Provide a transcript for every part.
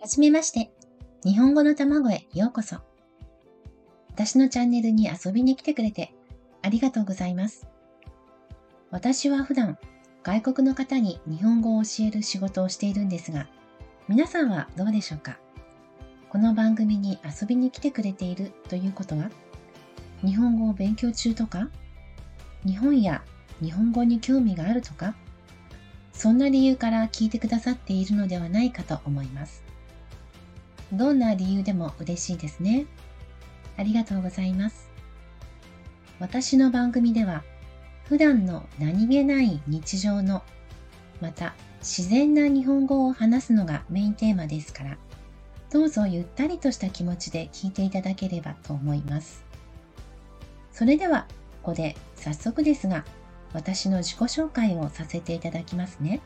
じめまして。日本語の卵へようこそ。私のチャンネルに遊びに来てくれてありがとうございます。私は普段外国の方に日本語を教える仕事をしているんですが、皆さんはどうでしょうか？この番組に遊びに来てくれているということは、日本語を勉強中とか、日本や日本語に興味があるとか、そんな理由から聞いてくださっているのではないかと思います。どんな理由でも嬉しいですね。ありがとうございます。私の番組では、普段の何気ない日常の、また自然な日本語を話すのがメインテーマですから、どうぞゆったりとした気持ちで聞いていただければと思います。それでは、ここで早速ですが、私の自己紹介をさせていただきますね。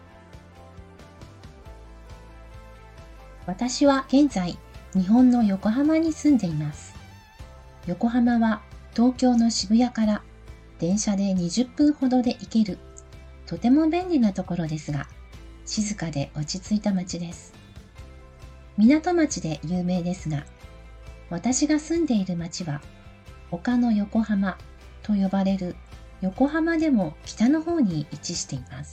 私は現在、日本の横浜に住んでいます。横浜は東京の渋谷から電車で20分ほどで行ける、とても便利なところですが、静かで落ち着いた街です。港町で有名ですが、私が住んでいる街は、丘の横浜と呼ばれる横浜でも北の方に位置しています。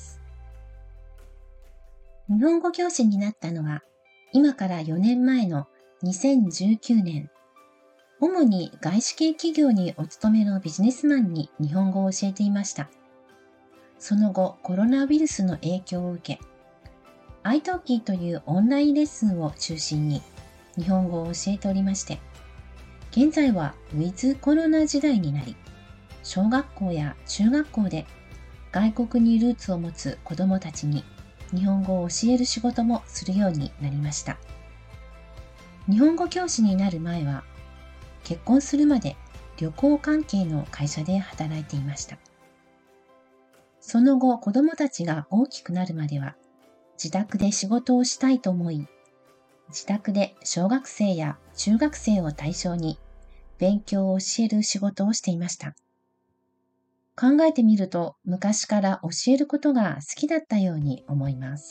日本語教師になったのは、今から4年前の2019年、主に外資系企業にお勤めのビジネスマンに日本語を教えていました。その後、コロナウイルスの影響を受け、italki というオンラインレッスンを中心に日本語を教えておりまして、現在は With コロナ時代になり、小学校や中学校で外国にルーツを持つ子どもたちに日本語を教える仕事もするようになりました。日本語教師になる前は、結婚するまで旅行関係の会社で働いていました。その後、子どもたちが大きくなるまでは、自宅で仕事をしたいと思い、自宅で小学生や中学生を対象に勉強を教える仕事をしていました。考えてみると、昔から教えることが好きだったように思います。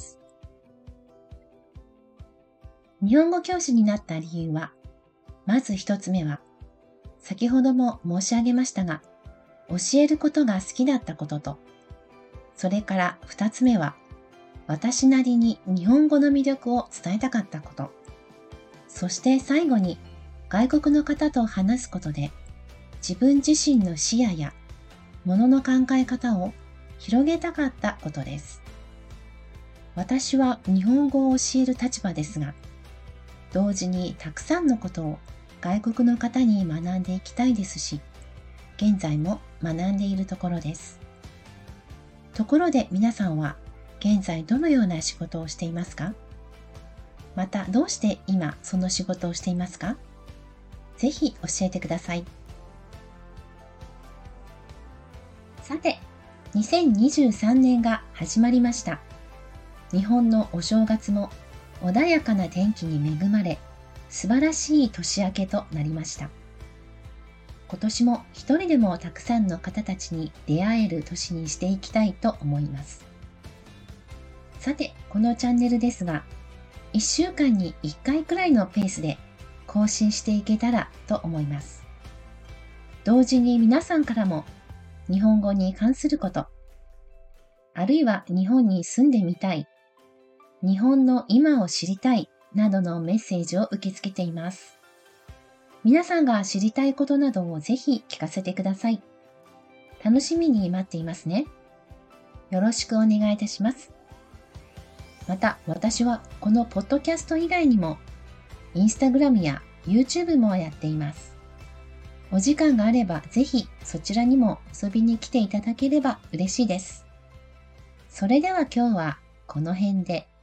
日本語教師になった理由は、まず一つ目は、先ほども申し上げましたが、教えることが好きだったことと、それから二つ目は、私なりに日本語の魅力を伝えたかったこと、そして最後に、外国の方と話すことで、自分自身の視野やものの考え方を広げたかったことです。私は日本語を教える立場ですが、同時にたくさんのことを外国の方に学んでいきたいですし、現在も学んでいるところです。ところで皆さんは現在どのような仕事をしていますか？またどうして今その仕事をしていますか？ぜひ教えてください。さて、2023年が始まりました。日本のお正月も穏やかな天気に恵まれ、素晴らしい年明けとなりました。今年も一人でもたくさんの方たちに出会える年にしていきたいと思います。さて、このチャンネルですが、1週間に1回くらいのペースで更新していけたらと思います。同時に皆さんからも日本語に関すること、あるいは日本に住んでみたい、日本の今を知りたいなどのメッセージを受け付けています。皆さんが知りたいことなどをぜひ聞かせてください。楽しみに待っていますね。よろしくお願いいたします。また、私はこのポッドキャスト以外にも、インスタグラムや YouTube もやっています。お時間があればぜひそちらにも遊びに来ていただければ嬉しいです。それでは今日はこの辺で。